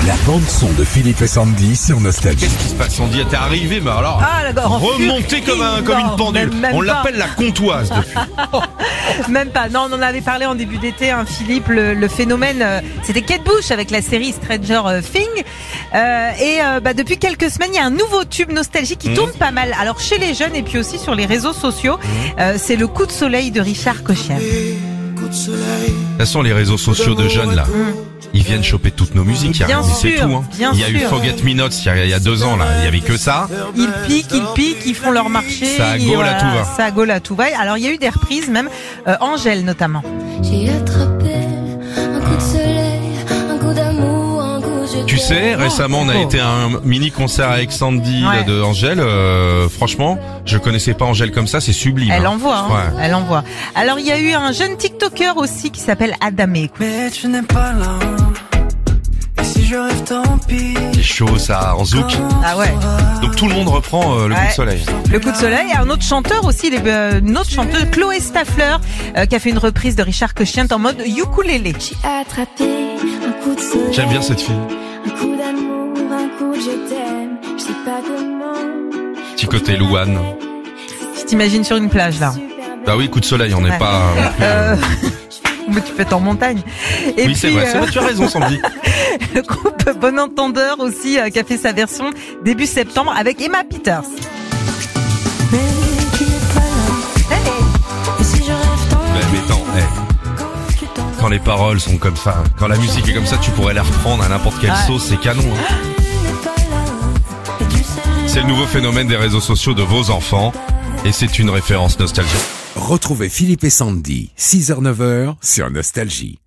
La bande-son de Philippe et Sandy sur Nostalgie. Qu'est-ce qui se passe, Sandy? T'es arrivé, mais alors, remonté comme une pendule. On l'appelle la comptoise depuis. Même pas. Non, on en avait parlé en début d'été, hein, Philippe. Le phénomène, c'était Kate Bush avec la série Stranger Things. Depuis quelques semaines, il y a un nouveau tube nostalgique qui tourne pas mal. Alors chez les jeunes et puis aussi sur les réseaux sociaux, c'est le coup de soleil de Richard Cochian. De toute façon, les réseaux sociaux de jeunes là, ils viennent choper toutes nos musiques. Bien c'est sûr, tout. Hein. bien il y a eu sûr. Forget Me Not il y a 2 ans là, il y avait que ça. Ils piquent, ils font leur marché. Ça gaule à tout va. Ça gaule à tout va. Alors il y a eu des reprises, même Angèle notamment. J'ai attrapé un coup de soleil, un coup d'amour, un coup je Tu sais, récemment on a été à un mini concert avec Sandy Ouais. de Angèle. Franchement, je connaissais pas Angèle comme ça, c'est sublime. Elle hein. envoie, hein. Ouais. Elle envoie. Alors il y a eu un jeune TikToker aussi qui s'appelle Adamé. Mais tu n'es pas là. Et si je rêve, tant pis. C'est chaud ça, en zouk. Ah ouais. Donc tout le monde reprend le coup de soleil. Le coup de soleil. Un autre chanteur aussi, une autre chanteuse, Chloé Staffler, qui a fait une reprise de Richard Cochian en mode ukulélé. J'ai attrapé un coup de soleil. J'aime bien cette fille. Un coup d'amour, un coup de je t'aime. Je sais pas comment. Petit côté Louane. Tu t'imagines sur une plage là. Bah oui, coup de soleil, on n'est Ouais. pas... Mais tu peux être en montagne. Et Oui, c'est puis, vrai, c'est vrai, tu as raison Sandy. le groupe Bon Entendeur aussi, qui a fait sa version début septembre avec Emma Peters. Mais tu n'es pas là. Et si je rêve, tant Mais attends, pis. Tu t'en vas. quand les paroles sont comme ça, quand la musique est comme ça, tu pourrais la reprendre à n'importe quelle sauce, c'est canon. Hein. Tu n'es pas là. Et tu sais, C'est le nouveau phénomène des réseaux sociaux de vos enfants, et c'est une référence nostalgique. Retrouvez Philippe et Sandy, 6h-9h sur Nostalgie.